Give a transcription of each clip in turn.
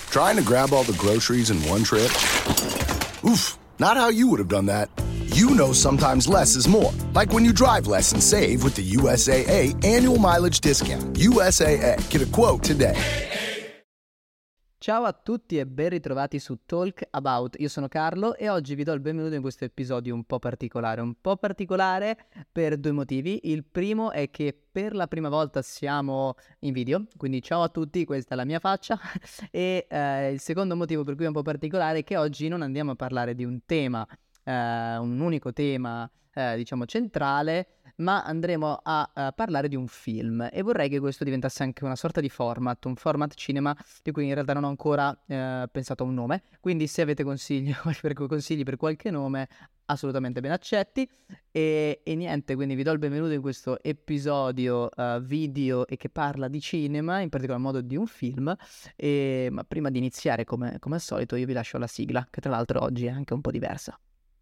Trying to grab all the groceries in one trip? Oof, not how you would have done that. You know sometimes less is more. Like when you drive less and save with the USAA annual mileage discount. USAA. Get a quote today. Ciao a tutti e ben ritrovati su Talk About. Io sono Carlo e oggi vi do il benvenuto in questo episodio un po' particolare per due motivi. Il primo è che per la prima volta siamo in video, quindi ciao a tutti, questa è la mia faccia. E il secondo motivo per cui è un po' particolare è che oggi non andiamo a parlare di un tema, un unico tema, diciamo centrale, ma andremo a parlare di un film e vorrei che questo diventasse anche una sorta di format, un format cinema di cui in realtà non ho ancora pensato a un nome, quindi se avete consigli per qualche nome assolutamente ben accetti e niente, quindi vi do il benvenuto in questo episodio video e che parla di cinema, in particolar modo di un film, ma prima di iniziare come al solito io vi lascio la sigla, che tra l'altro oggi è anche un po' diversa.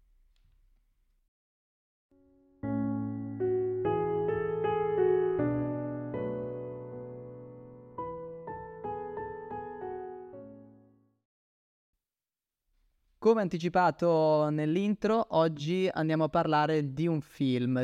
Come anticipato nell'intro, oggi andiamo a parlare di un film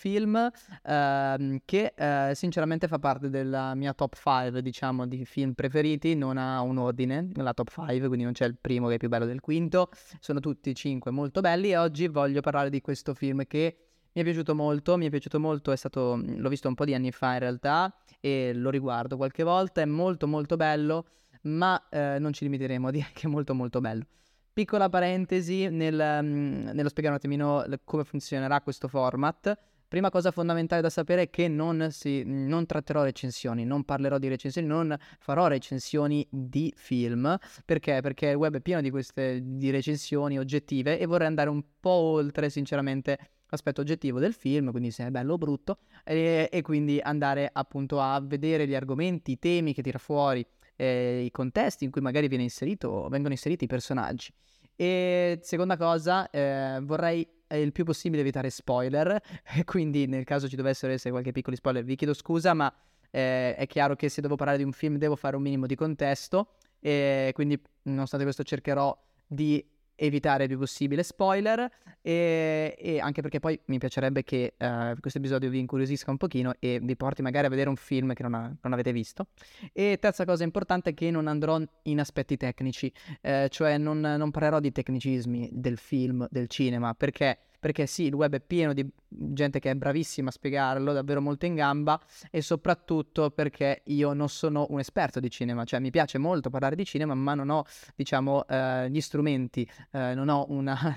che sinceramente fa parte della mia top 5, diciamo, di film preferiti, non ha un ordine, la top 5, quindi non c'è il primo che è più bello del quinto, sono tutti 5 molto belli e oggi voglio parlare di questo film che mi è piaciuto molto, l'ho visto un po' di anni fa in realtà e lo riguardo qualche volta, è molto molto bello, ma non ci limiteremo a dire che è molto molto bello. Piccola parentesi nello spiegare un attimino come funzionerà questo format. Prima cosa fondamentale da sapere è che non tratterò recensioni, non parlerò di recensioni, non farò recensioni di film. Perché? Perché il web è pieno di recensioni oggettive e vorrei andare un po' oltre, sinceramente, l'aspetto oggettivo del film, quindi se è bello o brutto, e quindi andare appunto a vedere gli argomenti, i temi che tira fuori, i contesti in cui magari vengono inseriti i personaggi. E seconda cosa, vorrei il più possibile evitare spoiler, quindi nel caso ci dovessero essere qualche piccolo spoiler vi chiedo scusa, ma è chiaro che se devo parlare di un film devo fare un minimo di contesto, e quindi nonostante questo cercherò di evitare il più possibile spoiler e anche perché poi mi piacerebbe che questo episodio vi incuriosisca un pochino e vi porti magari a vedere un film che non avete visto. E terza cosa importante è che non andrò in aspetti tecnici, cioè non parlerò di tecnicismi del film, del cinema, perché sì, il web è pieno di gente che è bravissima a spiegarlo, davvero molto in gamba, e soprattutto perché io non sono un esperto di cinema, cioè mi piace molto parlare di cinema, ma non ho, diciamo, gli strumenti, non ho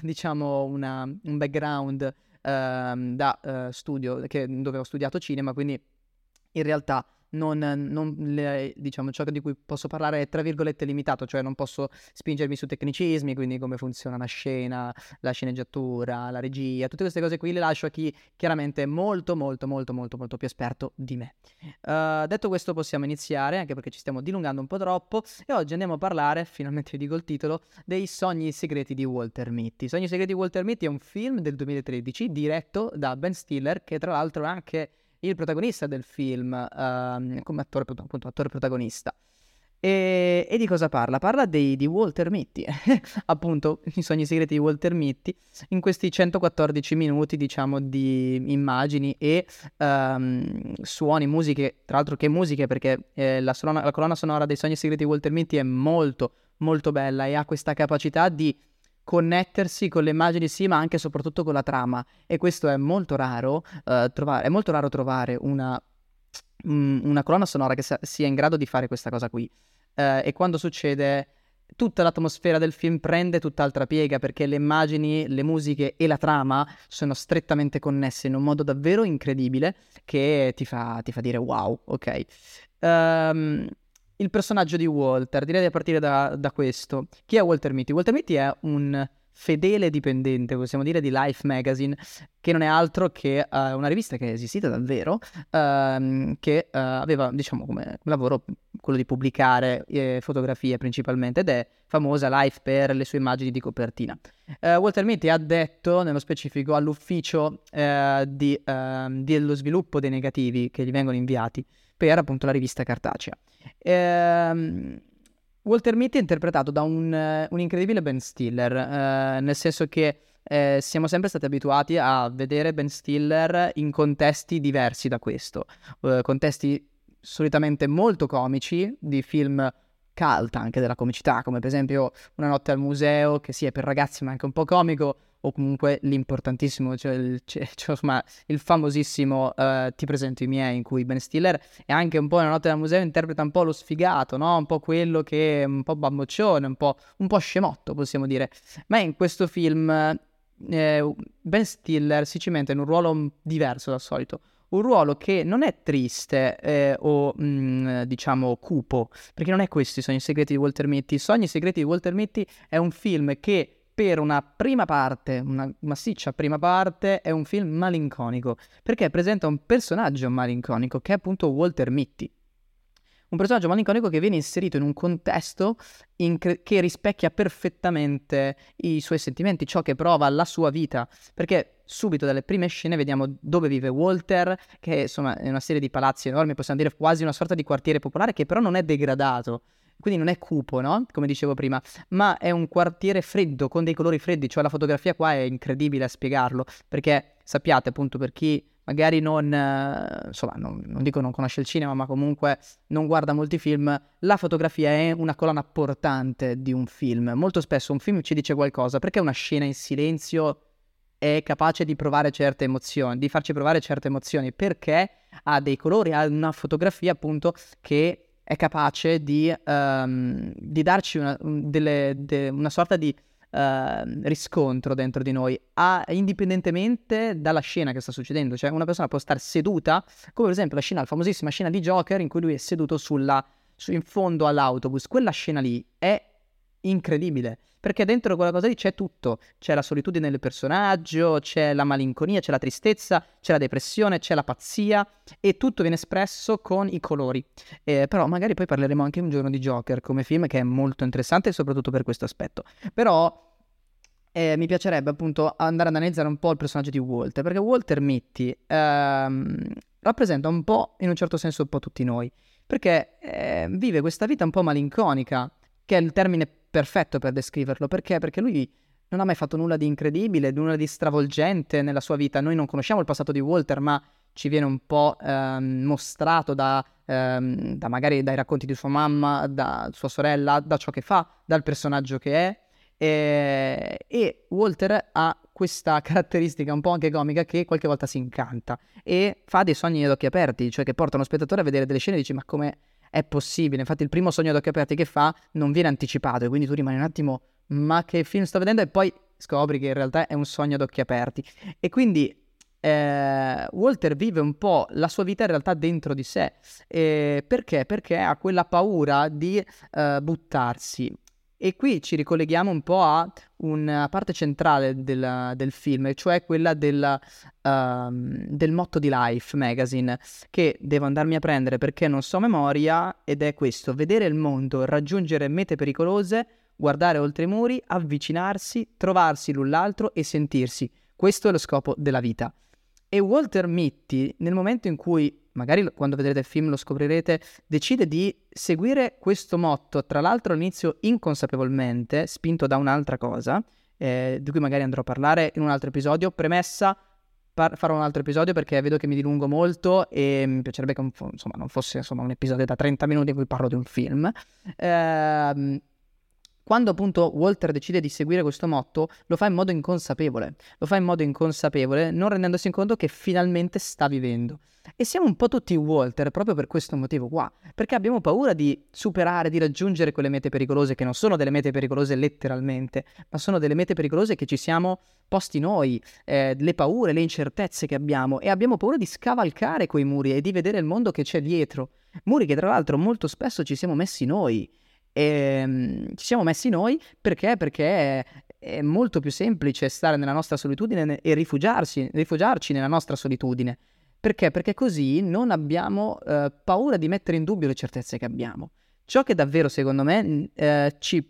un background da studio, dove ho studiato cinema, quindi in realtà diciamo, ciò di cui posso parlare è tra virgolette limitato, cioè non posso spingermi su tecnicismi, quindi come funziona una scena, la sceneggiatura, la regia, tutte queste cose qui le lascio a chi chiaramente è molto molto molto molto molto più esperto di me. Detto questo possiamo iniziare, anche perché ci stiamo dilungando un po' troppo, e oggi andiamo a parlare, finalmente vi dico il titolo, dei Sogni segreti di Walter Mitty. Sogni segreti di Walter Mitty è un film del 2013 diretto da Ben Stiller, che tra l'altro è anche il protagonista del film, come attore protagonista. E di cosa parla? Parla di Walter Mitty, appunto, i sogni segreti di Walter Mitty, in questi 114 minuti, diciamo, di immagini e suoni, musiche, tra l'altro che musiche, perché la colonna sonora dei sogni segreti di Walter Mitty è molto, molto bella e ha questa capacità di connettersi con le immagini, sì, ma anche e soprattutto con la trama, e questo è molto raro trovare una colonna sonora che sia in grado di fare questa cosa qui, e quando succede tutta l'atmosfera del film prende tutt'altra piega, perché le immagini, le musiche e la trama sono strettamente connesse in un modo davvero incredibile che ti fa dire wow, ok. Il personaggio di Walter, direi di partire da questo. Chi è Walter Mitty? Walter Mitty è un fedele dipendente, possiamo dire, di Life Magazine, che non è altro che una rivista che è esistita davvero, che aveva, diciamo, come lavoro quello di pubblicare fotografie principalmente, ed è famosa Life per le sue immagini di copertina. Walter Mitty ha detto, nello specifico, all'ufficio dello sviluppo dei negativi che gli vengono inviati per appunto la rivista cartacea. Walter Mitty è interpretato da un incredibile Ben Stiller, nel senso che siamo sempre stati abituati a vedere Ben Stiller in contesti diversi da questo, contesti solitamente molto comici, di film cult anche della comicità, come per esempio Una notte al museo, che sì è per ragazzi ma anche un po' comico, o comunque l'importantissimo, insomma, il famosissimo Ti presento i miei, in cui Ben Stiller è anche un po' Una notte al museo, interpreta un po' lo sfigato, no? Un po' quello che è un po' bamboccione, un po' scemotto, possiamo dire. Ma in questo film Ben Stiller si cimenta in un ruolo diverso dal solito. Un ruolo che non è triste o diciamo cupo, perché non è questo I sogni segreti di Walter Mitty. I sogni segreti di Walter Mitty è un film che per una prima parte, una massiccia prima parte, è un film malinconico, perché presenta un personaggio malinconico che è appunto Walter Mitty. Un personaggio malinconico che viene inserito in un contesto che rispecchia perfettamente i suoi sentimenti, ciò che prova, la sua vita, perché subito dalle prime scene vediamo dove vive Walter, che insomma è una serie di palazzi enormi, possiamo dire quasi una sorta di quartiere popolare, che però non è degradato, quindi non è cupo, no? Come dicevo prima, ma è un quartiere freddo, con dei colori freddi, cioè la fotografia qua è incredibile a spiegarlo, perché sappiate appunto, per chi magari insomma, non dico non conosce il cinema, ma comunque non guarda molti film, la fotografia è una colonna portante di un film. Molto spesso un film ci dice qualcosa, perché una scena in silenzio è capace di provare certe emozioni, di farci provare certe emozioni, perché ha dei colori, ha una fotografia appunto che è capace di darci una sorta di riscontro dentro di noi, indipendentemente dalla scena che sta succedendo. Cioè una persona può stare seduta, come per esempio la famosissima scena di Joker in cui lui è seduto in fondo all'autobus. Quella scena lì è incredibile, perché dentro quella cosa lì c'è tutto, c'è la solitudine del personaggio, c'è la malinconia, c'è la tristezza, c'è la depressione, c'è la pazzia, e tutto viene espresso con i colori. Però magari poi parleremo anche un giorno di Joker come film, che è molto interessante soprattutto per questo aspetto. Però mi piacerebbe appunto andare ad analizzare un po' il personaggio di Walter, perché Walter Mitty rappresenta un po', in un certo senso, un po' tutti noi, perché vive questa vita un po' malinconica, che è il termine perfetto per descriverlo. Perché? Perché lui non ha mai fatto nulla di incredibile, nulla di stravolgente nella sua vita. Noi non conosciamo il passato di Walter, ma ci viene un po' mostrato da magari dai racconti di sua mamma, da sua sorella, da ciò che fa, dal personaggio che è. E Walter ha questa caratteristica un po' anche comica, che qualche volta si incanta e fa dei sogni ad occhi aperti, cioè che portano lo spettatore a vedere delle scene e dici: ma come è possibile? Infatti il primo sogno ad occhi aperti che fa non viene anticipato, e quindi tu rimani un attimo: ma che film sto vedendo? E poi scopri che in realtà è un sogno ad occhi aperti. E quindi Walter vive un po' la sua vita in realtà dentro di sé. Perché? Perché ha quella paura di buttarsi. E qui ci ricolleghiamo un po' a una parte centrale del film, cioè quella del motto di Life Magazine, che devo andarmi a prendere perché non so a memoria, ed è questo: vedere il mondo, raggiungere mete pericolose, guardare oltre i muri, avvicinarsi, trovarsi l'un l'altro e sentirsi. Questo è lo scopo della vita. E Walter Mitty, nel momento in cui, magari quando vedrete il film lo scoprirete, decide di seguire questo motto, tra l'altro all'inizio inconsapevolmente, spinto da un'altra cosa, di cui magari andrò a parlare in un altro episodio. Premessa, farò un altro episodio perché vedo che mi dilungo molto e mi piacerebbe che non fosse un episodio da 30 minuti in cui parlo di un film. Quando appunto Walter decide di seguire questo motto, lo fa in modo inconsapevole, non rendendosi conto che finalmente sta vivendo. E siamo un po' tutti Walter proprio per questo motivo qua, perché abbiamo paura di superare, di raggiungere quelle mete pericolose, che non sono delle mete pericolose letteralmente, ma sono delle mete pericolose che ci siamo posti noi, le paure, le incertezze che abbiamo, e abbiamo paura di scavalcare quei muri e di vedere il mondo che c'è dietro. Muri che tra l'altro molto spesso ci siamo messi noi. Ci siamo messi noi perché è molto più semplice stare nella nostra solitudine e rifugiarci nella nostra solitudine. Perché? Perché così non abbiamo paura di mettere in dubbio le certezze che abbiamo. Ciò che davvero, secondo me, ci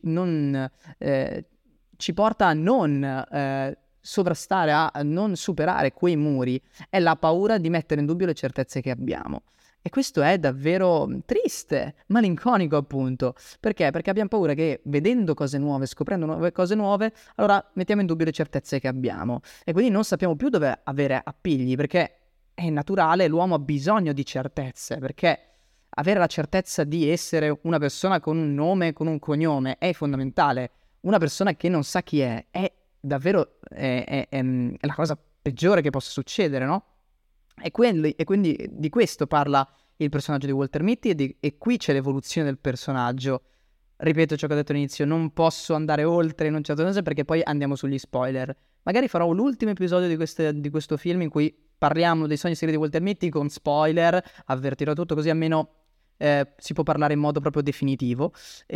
porta a non sovrastare, a non superare quei muri, è la paura di mettere in dubbio le certezze che abbiamo. E questo è davvero triste, malinconico appunto. Perché? Perché abbiamo paura che vedendo cose nuove, scoprendo nuove cose nuove, allora mettiamo in dubbio le certezze che abbiamo. E quindi non sappiamo più dove avere appigli, perché è naturale, l'uomo ha bisogno di certezze, perché avere la certezza di essere una persona con un nome, con un cognome, è fondamentale. Una persona che non sa chi è davvero è la cosa peggiore che possa succedere, no? E quindi di questo parla il personaggio di Walter Mitty e qui c'è l'evoluzione del personaggio. Ripeto ciò che ho detto all'inizio, non posso andare oltre in un certo senso perché poi andiamo sugli spoiler. Magari farò l'ultimo episodio di questo film in cui parliamo dei sogni segreti di Walter Mitty con spoiler, avvertirò tutto così almeno si può parlare in modo proprio definitivo.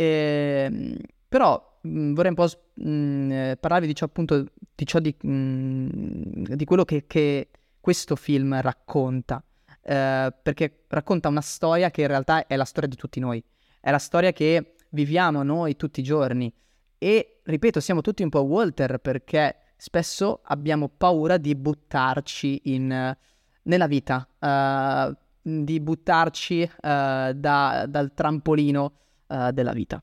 Però vorrei un po' parlarvi di ciò appunto, di quello che questo film racconta, perché racconta una storia che in realtà è la storia di tutti noi, è la storia che viviamo noi tutti i giorni e, ripeto, siamo tutti un po' Walter perché spesso abbiamo paura di buttarci nella vita, di buttarci dal trampolino della vita.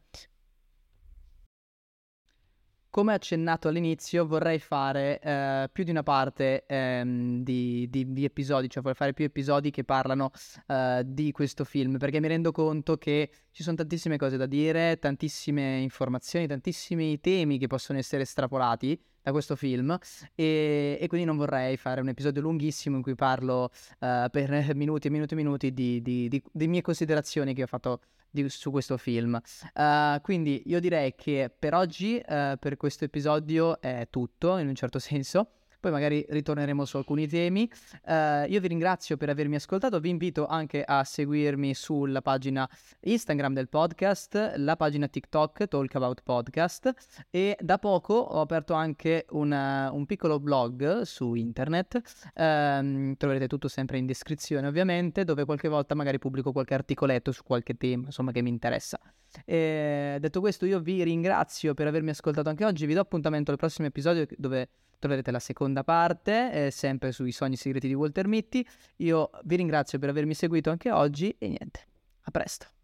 Come accennato all'inizio, vorrei fare più di una parte di episodi, cioè vorrei fare più episodi che parlano di questo film, perché mi rendo conto che ci sono tantissime cose da dire, tantissime informazioni, tantissimi temi che possono essere estrapolati da questo film e quindi non vorrei fare un episodio lunghissimo in cui parlo per minuti e minuti e minuti di mie considerazioni che ho fatto su questo film. Quindi io direi che per oggi, per questo episodio è tutto in un certo senso. Poi magari ritorneremo su alcuni temi. Io vi ringrazio per avermi ascoltato. Vi invito anche a seguirmi sulla pagina Instagram del podcast, la pagina TikTok Talk About Podcast e da poco ho aperto anche un piccolo blog su internet. Troverete tutto sempre in descrizione ovviamente, dove qualche volta magari pubblico qualche articoletto su qualche tema, insomma, che mi interessa. Detto questo, io vi ringrazio per avermi ascoltato anche oggi. Vi do appuntamento al prossimo episodio dove troverete la seconda parte, sempre sui sogni segreti di Walter Mitty. Io vi ringrazio per avermi seguito anche oggi e niente, a presto.